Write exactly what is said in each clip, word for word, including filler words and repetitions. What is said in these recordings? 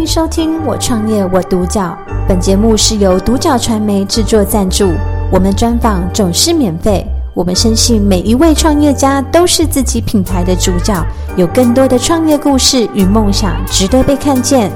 收听我创业我独角，本节目是由独角传媒制作赞助，我们专访总是免费。我们深信每一位创业家都是自己品牌的主角，有更多的创业故事与梦想值得被看见。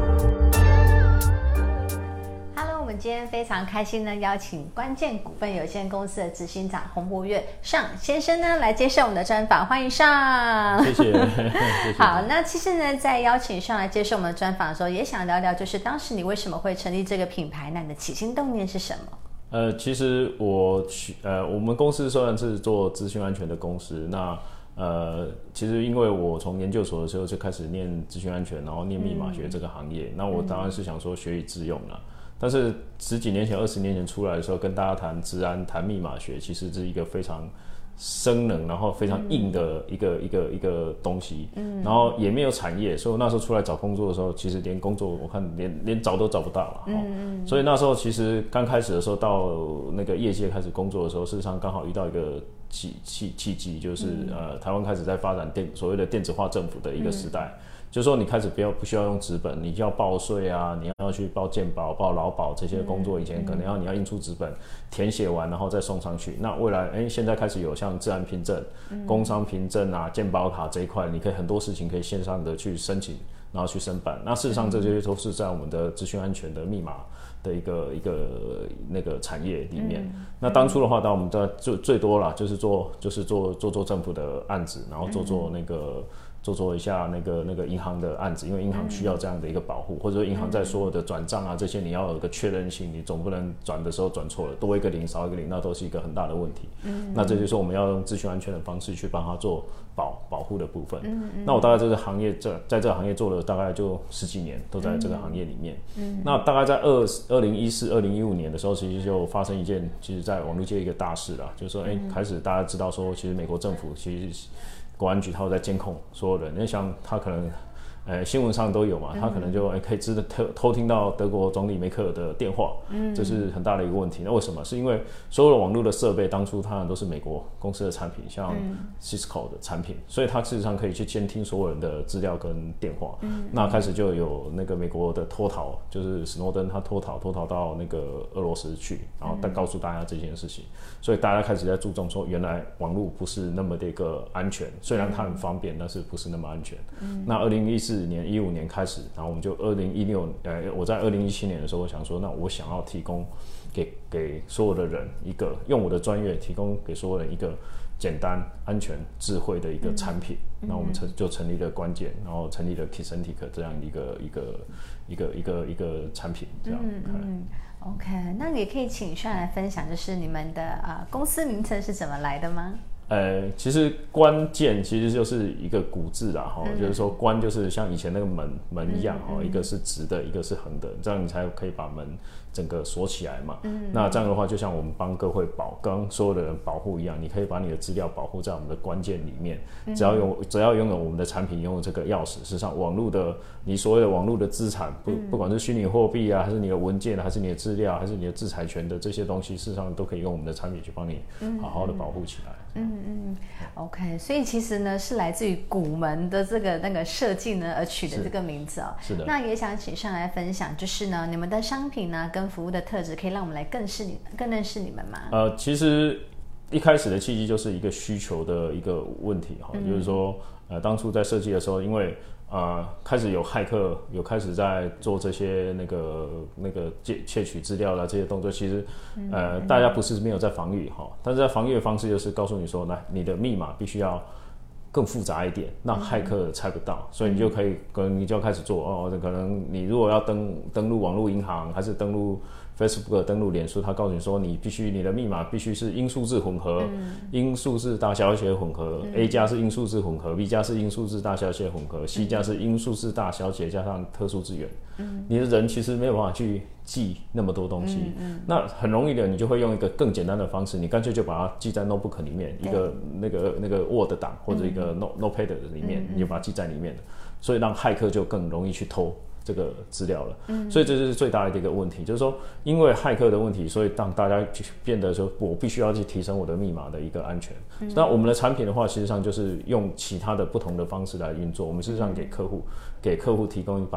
今天非常开心呢，邀请关键股份有限公司的执行长洪博岳尚先生呢来接受我们的专访，欢迎尚。 谢谢。谢谢好，那其实呢，在邀请尚来接受我们的专访的时候，也想聊聊，就是当时你为什么会成立这个品牌？那你的起心动念是什么？ 呃，其实我呃，我们公司虽然是做资讯安全的公司，那呃，其实因为我从研究所的时候就开始念资讯安全，然后念密码学这个行业，嗯、那我当然是想说学以致用啦。但是十几年前、二十年前出来的时候，跟大家谈资安、谈密码学，其实是一个非常生冷，然后非常硬的一个、嗯、一个一个东西。嗯，然后也没有产业，所以我那时候出来找工作的时候，其实连工作我看连连找都找不到了。嗯，所以那时候其实刚开始的时候，到那个业界开始工作的时候，事实上刚好遇到一个契契契机，就是、嗯、呃，台湾开始在发展电所谓的电子化政府的一个时代。嗯，就是说你开始不要不需要用纸本，你就要报税啊，你要去报健保、报劳保这些工作，以前可能要你要印出纸本，填写完然后再送上去。那未来哎，现在开始有像治安凭证、工商凭证啊、健保卡这一块，你可以很多事情可以线上的去申请，然后去申办。那事实上这些都是在我们的资讯安全的密码的一个一个那个产业里面。嗯、那当初的话，当我们在最最多啦，就是做就是做做做政府的案子，然后做做那个。做做一下那个那个银行的案子，因为银行需要这样的一个保护，嗯、或者说银行在所有的转账啊这些，你要有一个确认性，你总不能转的时候转错了，多一个零少一个零，那都是一个很大的问题。嗯，那这就是我们要用资讯安全的方式去帮他做保保护的部分。嗯嗯，那我大概这个行业在在这个行业做了大概就十几年，都在这个行业里面。嗯，那大概在二二零一四、二零一五年的时候，其实就发生一件，其实在网络界一个大事啦，就是说，哎、欸，开始大家知道说，其实美国政府其实。国安局他有在监控所有人，因为像他可能，呃，新闻上都有嘛，他可能就、欸、可以知道偷偷听到德国总理梅克尔的电话，嗯，这是很大的一个问题。那为什么？是因为所有的网络的设备当初当然都是美国公司的产品，像 Cisco 的产品，所以他事实上可以去监听所有人的资料跟电话。嗯，那开始就有那个美国的脱逃，就是史诺登他脱逃脱逃到那个俄罗斯去，然后再告诉大家这件事情，所以大家开始在注重说，原来网络不是那么的一个安全，虽然它很方便，但是不是那么安全。嗯，那二零一四年、一五年开始，然后我们就二零一六，呃，我在二零一七年的时候，我想说，那我想要提供给给所有的人一个用我的专业提供给所有人一个简单、安全、智慧的一个产品。嗯、那我们就成立了关键，然后成立了 Kisentic 这样一个一个一个一个一个产品，这样。嗯嗯 OK， 那也可以请尚来分享，就是你们的呃公司名称是怎么来的吗？ 呃，其实关键其实就是一个古字啦，哈、嗯，就是说关就是像以前那个门门一样，哈、嗯，一个是直的，一个是横的，这样你才可以把门整个锁起来嘛。嗯，那这样的话，就像我们帮各位保，跟所有的人保护一样，你可以把你的资料保护在我们的关键里面。只要有只要拥有我们的产品，拥有这个钥匙，事实上网络的你所谓的网络的资产，不不管是虚拟货币啊，还是你的文件，还是你的资料，还是你的制裁权的这些东西，事实上都可以用我们的产品去帮你好好的保护起来。 嗯嗯 ，OK， 所以其实呢是来自于古门的这个那个设计呢而取的这个名字哦。 是的。那也想请上来分享，就是呢你们的商品呢跟服务的特质，可以让我们来更识你更认识你们吗？ 呃，其实一开始的契机就是一个需求的一个问题哈、嗯，就是说呃当初在设计的时候，因为呃，开始有骇客有开始在做这些那个那个窃窃取资料啦这些动作，其实呃、嗯、大家不是没有在防御哈，但是在防御的方式就是告诉你说，来你的密码必须要更复杂一点，让骇客猜不到，所以你就可以可能你就要开始做哦，可能你如果要登登录网络银行还是登录Facebook 登录脸书，他告诉你说你必须你的密码必须是英数字混合，嗯、英数字大小写混合、嗯、A 加是英数字混合 ，B 加是英数字大小写混合、嗯、，C 加是英数字大小写加上特殊字元。嗯，你的人其实没有办法去记那么多东西，嗯嗯、那很容易的，你就会用一个更简单的方式，你干脆就把它记在 notebook 里面，一个那个那个 Word 档或者一个 Note、嗯、Notepad 里面，你就把它记在里面，所以让骇客就更容易去偷这个资料了。嗯，所以这就是最大的一个问题，就是说因为骇客的问题，所以让大家变得说我必须要去提升我的密码的一个安全。嗯、那我们的产品的话，实际上就是用其他的不同的方式来运作，我们事实上给客户给客户提供一把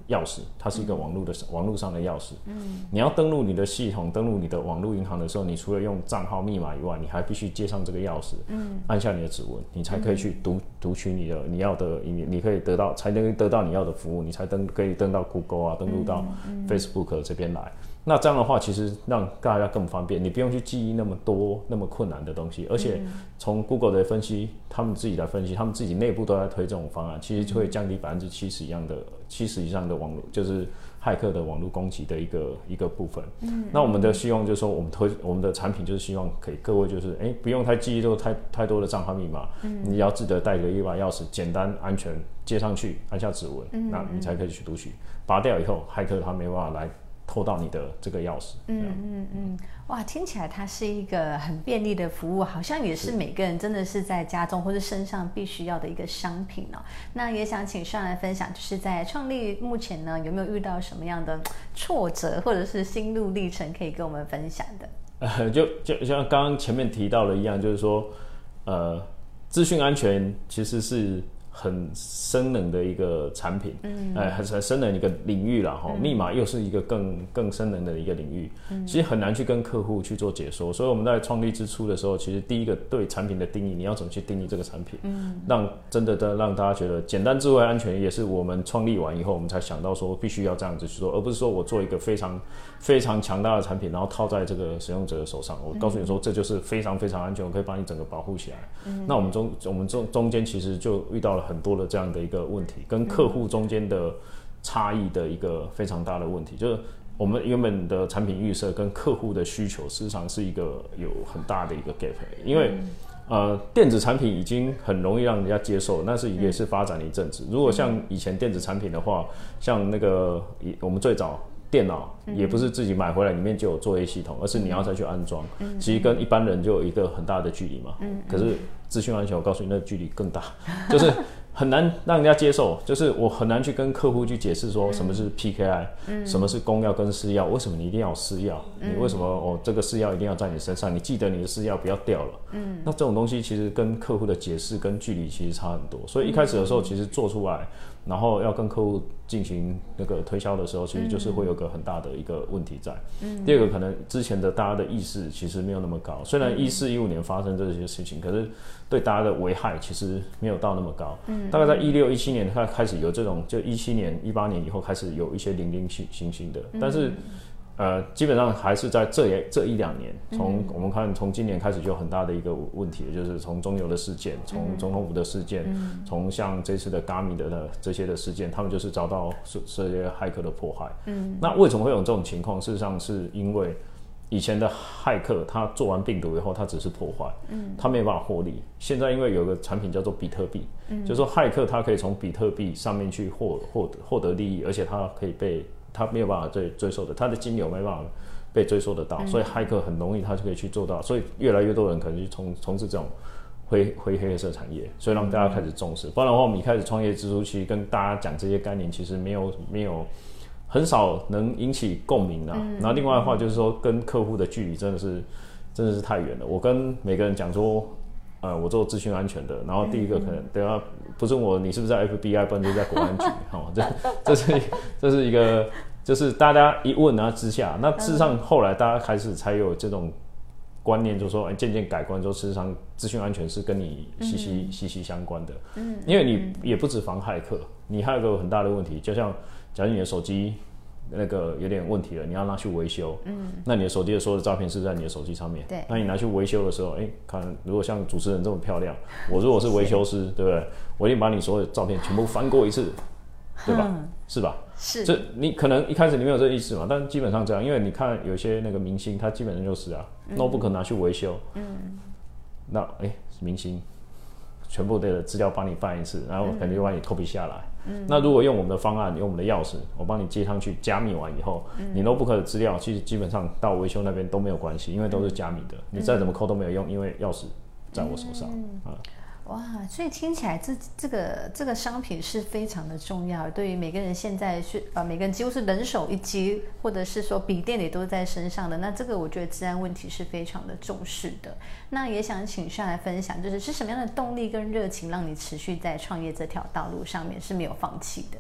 钥匙，它是一个网络的、嗯、网络上的钥匙。嗯，你要登录你的系统，登录你的网络银行的时候，你除了用账号密码以外，你还必须接上这个钥匙，嗯，按下你的指纹，你才可以去读读取你的你要的，你你可以得到才能得到你要的服务，你才登可以登到 Google 啊，登录到 Facebook 这边来。那这样的话，其实让大家更方便，你不用去记忆那么多那么困难的东西，而且从 Google 的分析，他们自己来分析，他们自己内部都在推这种方案，其实就会降低百分之七十以上的七十以上的网络，就是骇客的网络攻击的一个一个部分。嗯，那我们的希望就是说，我们推我们的产品就是希望给各位就是，哎，不用太记忆都太太多的账号密码，嗯，你要记得带着一把钥匙，简单安全接上去，按下指纹，嗯，那你才可以去读取。拔掉以后，骇客他没办法来偷到你的这个钥匙。嗯嗯嗯，哇，听起来它是一个很便利的服务，好像也是每个人真的是在家中或者身上必须要的一个商品哦。那也想请上来分享，就是在创立目前呢，有没有遇到什么样的挫折或者是心路历程可以跟我们分享的？ 呃，就就像刚刚前面提到的一样，就是说，呃，资讯安全其实是很深冷的一个产品，嗯，哎，很很深冷的一个领域啦，哈、嗯，密码又是一个更更深冷的一个领域，嗯，其实很难去跟客户去做解说，所以我们在创立之初的时候，其实第一个对产品的定义，你要怎么去定义这个产品，嗯，让真的的让大家觉得简单、智慧、安全，也是我们创立完以后，我们才想到说必须要这样子去做，而不是说我做一个非常非常强大的产品，然后套在这个使用者的手上，我告诉你说这就是非常非常安全，我可以把你整个保护起来，嗯，那我们中我们中中间其实就遇到了很多的这样的一个问题，跟客户中间的差异的一个非常大的问题，就是我们原本的产品预设跟客户的需求，事实上是一个有很大的一个 gap， 因为、嗯、呃电子产品已经很容易让人家接受，那是也是发展了一阵子。如果像以前电子产品的话，像那个我们最早电脑也不是自己买回来里面就有作业系统，而是你要再去安装，嗯，其实跟一般人就有一个很大的距离嘛，嗯，可是资讯安全我告诉你那距离更大，就是很难让人家接受，就是我很难去跟客户去解释说什么是 P K I，嗯，什么是公钥跟私钥，为什么你一定要有私钥，嗯，你为什么哦这个私钥一定要在你身上，你记得你的私钥不要掉了，嗯，那这种东西其实跟客户的解释跟距离其实差很多，所以一开始的时候其实做出来，然后要跟客户进行那个推销的时候，其实就是会有个很大的一个问题在。嗯，第二个可能之前的大家的意识其实没有那么高，虽然一四一五年发生这些事情，可是对大家的危害其实没有到那么高。嗯，大概在一六一七年开开始有这种，就一七年一八年以后开始有一些零零星星的，但是。呃，基本上还是在这一这一两年，从我们看从今年开始就有很大的一个问题，就是从中油的事件，从总统府的事件，从、嗯、像这次的 Gami 的这些的事件，他们就是遭到这些骇客的迫害。嗯，那为什么会有这种情况？事实上是因为以前的骇客他做完病毒以后，他只是破坏，嗯，他没有办法获利。现在因为有个产品叫做比特币，嗯，就是说骇客他可以从比特币上面去获获获得利益，而且他可以被他没有办法追追溯的，他的金流没办法被追溯得到，嗯，所以骇客很容易他就可以去做到，所以越来越多人可能去从从事这种灰灰黑色产业，所以让大家开始重视。不然的话，我们一开始创业之初，其实跟大家讲这些概念，其实没有没有很少能引起共鸣啊。嗯，然后另外的话就是说，跟客户的距离真的是真的是太远了。我跟每个人讲说。呃，我做资讯安全的，然后第一个可能等下不是我，你是不是在 F B I， 不然就在国安局，哦，这这是这是一个，就是大家一问啊之下，那事实上后来大家开始才有这种观念，就是说，哎，渐渐改观，说事实上资讯安全是跟你息息、嗯、息息相关的，嗯，因为你也不止防骇客，你还有个很大的问题，就像假如你的手机。那个有点问题了，你要拿去维修，嗯，那你的手机的所有的照片是在你的手机上面，对，那你拿去维修的时候，哎、欸，看如果像主持人这么漂亮，我如果是维修师，对不对？我一定把你所有的照片全部翻过一次，对吧？嗯、是吧？是，这你可能一开始你没有这个意思嘛，但基本上这样，因为你看有些那个明星，他基本上就是啊、嗯、，notebook 拿去维修，嗯，那哎、欸，明星全部的资料帮你翻一次，然后肯定就把你 copy 下来。嗯，那如果用我们的方案，用我们的钥匙，我帮你接上去，加密完以后，嗯、你 notebook 的资料其实基本上到维修那边都没有关系，因为都是加密的，嗯、你再怎么抠都没有用，因为钥匙在我手上。嗯啊哇，所以听起来这这个这个商品是非常的重要，对于每个人现在是呃每个人几乎是人手一机，或者是说笔电里都在身上的，那这个我觉得治安问题是非常的重视的。那也想请上来分享，就是是什么样的动力跟热情让你持续在创业这条道路上面是没有放弃的？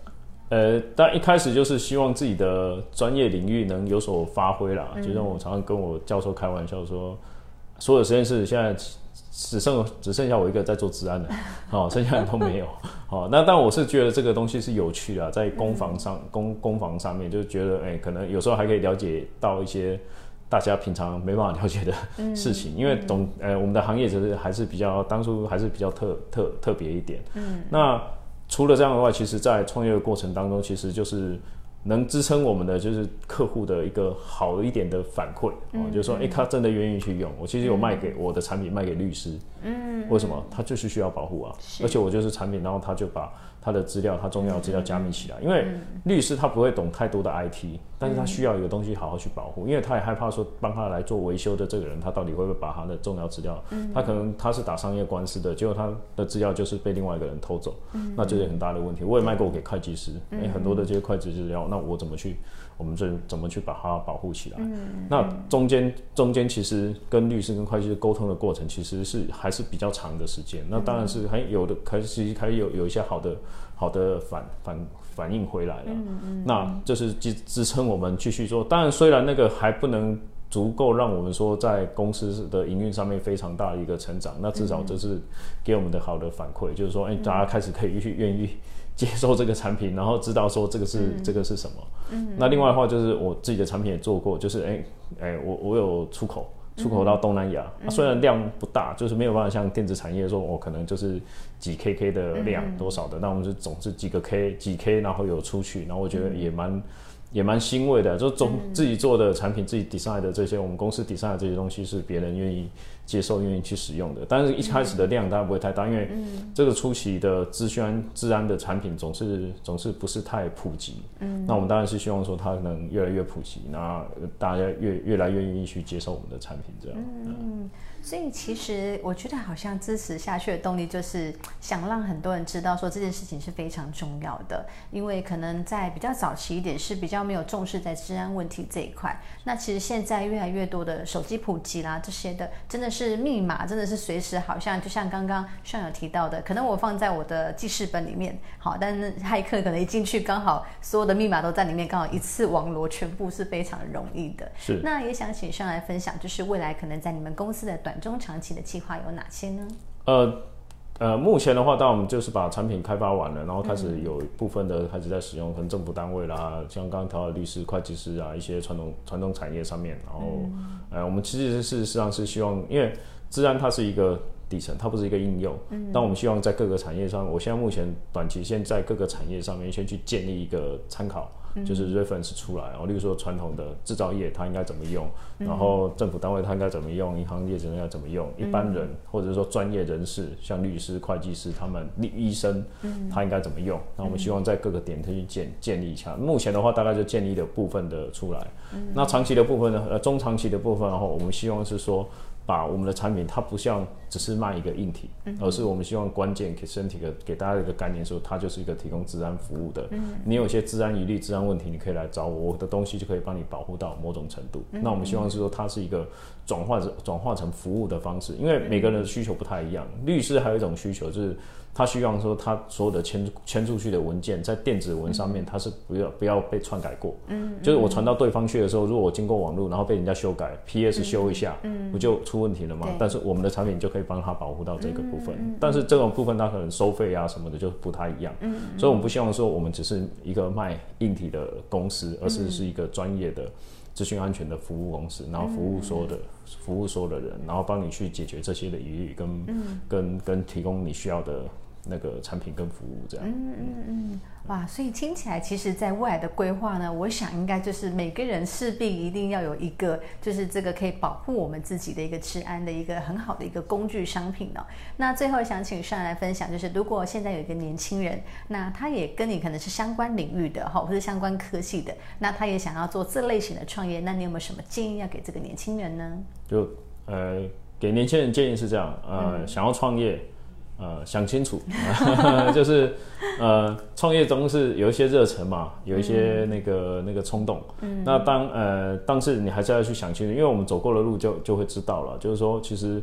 呃，但一开始就是希望自己的专业领域能有所发挥啦。嗯、就像我常常跟我教授开玩笑说，所有实验室现在只剩只剩下我一个在做治安的，好、哦，剩下人都没有。好、哦，那但我是觉得这个东西是有趣的，在攻防上，攻攻防上面，就觉得哎、欸，可能有时候还可以了解到一些大家平常没办法了解的事情，嗯、因为总呃我们的行业就是还是比较当初还是比较特特特别一点。嗯，那除了这样的话，其实在创业的过程当中，其实就是能支撑我们的就是客户的一个好一点的反馈，嗯哦、就是说，哎、欸，他真的愿意去用。我其实有卖给我的产品卖给律师，嗯，为什么？他就是需要保护啊，而且我就是产品，然后他就把他的资料，他重要的资料加密起来，因为律师他不会懂太多的 I T， 但是他需要有个东西好好去保护，因为他也害怕说帮他来做维修的这个人，他到底会不会把他的重要资料，他可能他是打商业官司的，结果他的资料就是被另外一个人偷走，那就是很大的问题。我也卖过给会计师，哎、欸，很多的这些会计师要，那我怎么去，我们这怎么去把它保护起来？那中间中间其实跟律师跟会计师沟通的过程，其实是还是比较长的时间。那当然是还有的，开始开始有有一些好的。好的反反反应回来了，嗯嗯、那这是支支撑我们继续做。当然，虽然那个还不能足够让我们说在公司的营运上面非常大的一个成长，那至少这是给我们的好的反馈，嗯、就是说，哎、欸，大家开始可以去愿意接受这个产品，然后知道说这个是、嗯、这个是什么。嗯、那另外的话，就是我自己的产品也做过，就是哎哎、欸欸，我我有出口。出口到东南亚、嗯啊，虽然量不大，就是没有办法像电子产业说，我、哦、可能就是几 K K 的量、嗯、多少的，那我们是总是几个 K 几 K， 然后有出去，然后我觉得也蛮、嗯、也蛮欣慰的，就总自己做的产品、自己 design 的这些，我们公司 design 的这些东西是别人愿意接受、愿意去使用的。但是一开始的量当然不会太大，因为这个初期的资讯安治安的产品总是总是不是太普及。嗯，那我们当然是希望说它能越来越普及，那大家越越来越愿意去接受我们的产品，这样。嗯。 嗯，所以其实我觉得好像支持下去的动力就是想让很多人知道说这件事情是非常重要的，因为可能在比较早期一点是比较没有重视在治安问题这一块。那其实现在越来越多的手机普及啦，这些的真的是密码真的是随时好像就像刚刚Sean有提到的，可能我放在我的记事本里面，好，但是骇客可能一进去刚好所有的密码都在里面，刚好一次网罗全部是非常容易的。 是。 那也想请Sean来分享，就是未来可能在你们公司的短中长期的计划有哪些呢？ 呃呃，目前的话，当然我们就是把产品开发完了，然后开始有部分的开始在使用，可能政府单位啦，像刚刚提到的律师、会计师啊，一些传统传统产业上面，然后、嗯、呃，我们其实事实上是希望，因为治安它是一个底层，它不是一个应用。嗯，但我们希望在各个产业上，我现在目前短期先在各个产业上面先去建立一个参考。就是 reference 出来，然后例如说传统的制造业它应该怎么用，嗯、然后政府单位它应该怎么用，银行业应该怎么用，嗯、一般人或者说专业人士，像律师、会计师，他们医生，嗯、他应该怎么用？那我们希望在各个点去建建立一下。目前的话，大概就建立了部分的出来。嗯、那长期的部分呢？呃，中长期的部分，然后我们希望是说，把我们的产品，它不像只是卖一个硬体，嗯、而是我们希望关键给身体的给大家一个概念，说它就是一个提供治安服务的。嗯、你有一些治安疑虑、治安问题，你可以来找我，我的东西就可以帮你保护到某种程度。嗯、那我们希望是说，它是一个转化转化成服务的方式，因为每个人的需求不太一样。律师还有一种需求就是。他希望说，他所有的签签出去的文件，在电子文上面，他是不要不要被篡改过。嗯，就是我传到对方去的时候，如果我经过网络，然后被人家修改 ，P S 修一下，嗯，不就出问题了吗？但是我们的产品就可以帮他保护到这个部分。嗯、但是这种部分，它可能收费啊什么的就不太一样。嗯，所以我们不希望说，我们只是一个卖硬体的公司，而是是一个专业的资讯安全的服务公司，然后服务所有的、嗯、服务所有的人，然后帮你去解决这些的疑虑，跟、嗯、跟跟提供你需要的。那个产品跟服务这样，嗯嗯嗯，哇，所以听起来，其实，在未来的规划呢，我想应该就是每个人势必一定要有一个，就是这个可以保护我们自己的一个治安的一个很好的一个工具商品哦。那最后想请Sean来分享，就是如果现在有一个年轻人，那他也跟你可能是相关领域的哈，或是相关科系的，那他也想要做这类型的创业，那你有没有什么建议要给这个年轻人呢？ 就呃，给年轻人建议是这样，呃，嗯、想要创业。呃，想清楚，就是呃，创业中是有一些热忱嘛，有一些那个、嗯、那个冲动。嗯，那当呃，但是你还是要去想清楚，因为我们走过的路就就会知道了，就是说，其实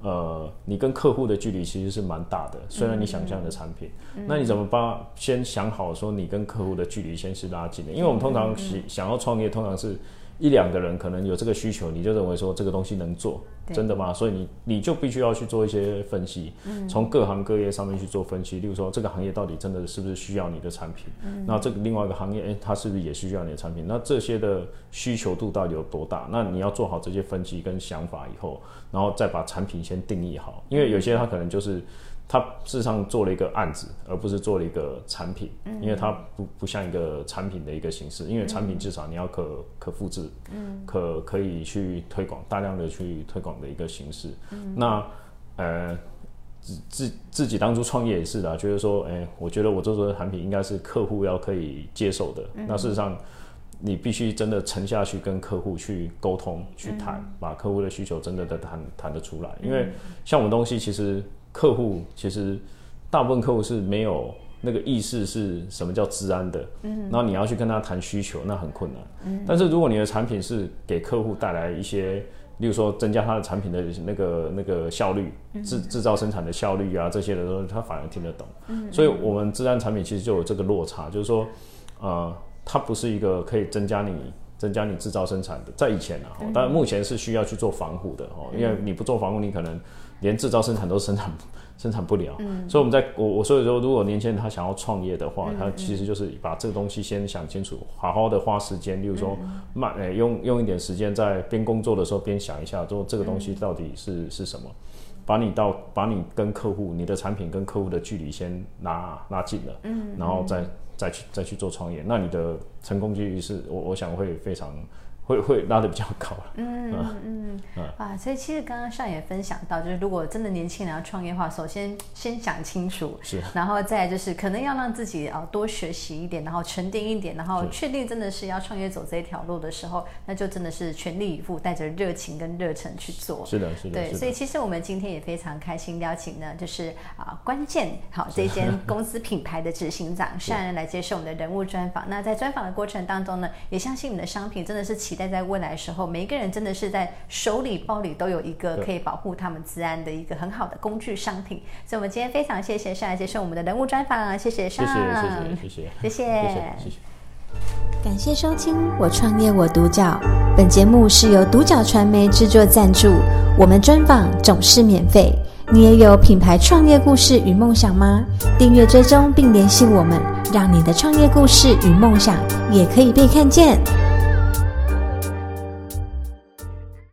呃，你跟客户的距离其实是蛮大的，虽然你想象的产品，嗯嗯、那你怎么把先想好说你跟客户的距离先是拉近的？因为我们通常想要创业，通常是一两个人可能有这个需求，你就认为说这个东西能做，真的吗？所以你你就必须要去做一些分析，从、嗯、各行各业上面去做分析。例如说这个行业到底真的是不是需要你的产品？嗯、那这个另外一个行业，哎，它是不是也需要你的产品？那这些的需求度到底有多大？那你要做好这些分析跟想法以后，然后再把产品先定义好，因为有些它可能就是他事实上做了一个案子，而不是做了一个产品，嗯、因为它不不像一个产品的一个形式，因为产品至少你要可可复制，嗯、可可以去推广，大量的去推广的一个形式。嗯、那呃自自自己当初创业也是的，觉得说，哎、欸，我觉得我做的产品应该是客户要可以接受的。嗯、那事实上，你必须真的沉下去跟客户去沟通、去谈，嗯、把客户的需求真的的谈谈得出来。因为像我们东西，其实客户其实大部分客户是没有那个意识是什么叫资安的，嗯，然后你要去跟他谈需求，那很困难。嗯，但是如果你的产品是给客户带来一些，例如说增加他的产品的那个那个效率，制制造生产的效率啊这些的时候，他反而听得懂。嗯，所以我们资安产品其实就有这个落差，就是说，呃，它不是一个可以增加你增加你制造生产的，在以前啊，嗯、但目前是需要去做防护的哦，因为你不做防护，你可能连制造生产都生产生产不了。嗯，所以我们在我我所以说，如果年轻人他想要创业的话，嗯、他其实就是把这个东西先想清楚，好好的花时间，例如说慢、嗯欸、用用一点时间在边工作的时候边想一下，说这个东西到底是、嗯、是什么，把你到把你跟客户你的产品跟客户的距离先拉拉近了，嗯，然后再再去再去做创业，那你的成功几率是我我想会非常。会会拉得比较高了。 嗯嗯嗯啊，所以其实刚刚上也分享到，就是如果真的年轻人要创业的话，首先先想清楚， 是， 然后再来就是可能要让自己啊、呃、多学习一点，然后沉淀一点，然后确定真的是要创业走这一条路的时候，那就真的是全力以赴，带着热情跟热忱去做。 是的，是的。 对，所以其实我们今天也非常开心邀请呢，就是啊、呃、关键好这间公司品牌的执行长善恩来接受我们的人物专访。那在专访的过程当中呢，也相信你们的商品真的是期待在未来的时候，每一个人真的是在手里包里都有一个可以保护他们资安的一个很好的工具商品。所以我们今天非常谢谢善来接受我们的人物专访，谢谢善， 谢谢谢谢谢谢谢谢。 感谢收听我创业我独角，本节目是由独角传媒制作赞助，我们专访总是免费。你也有品牌创业故事与梦想吗？订阅追踪并联系我们，让你的创业故事与梦想也可以被看见。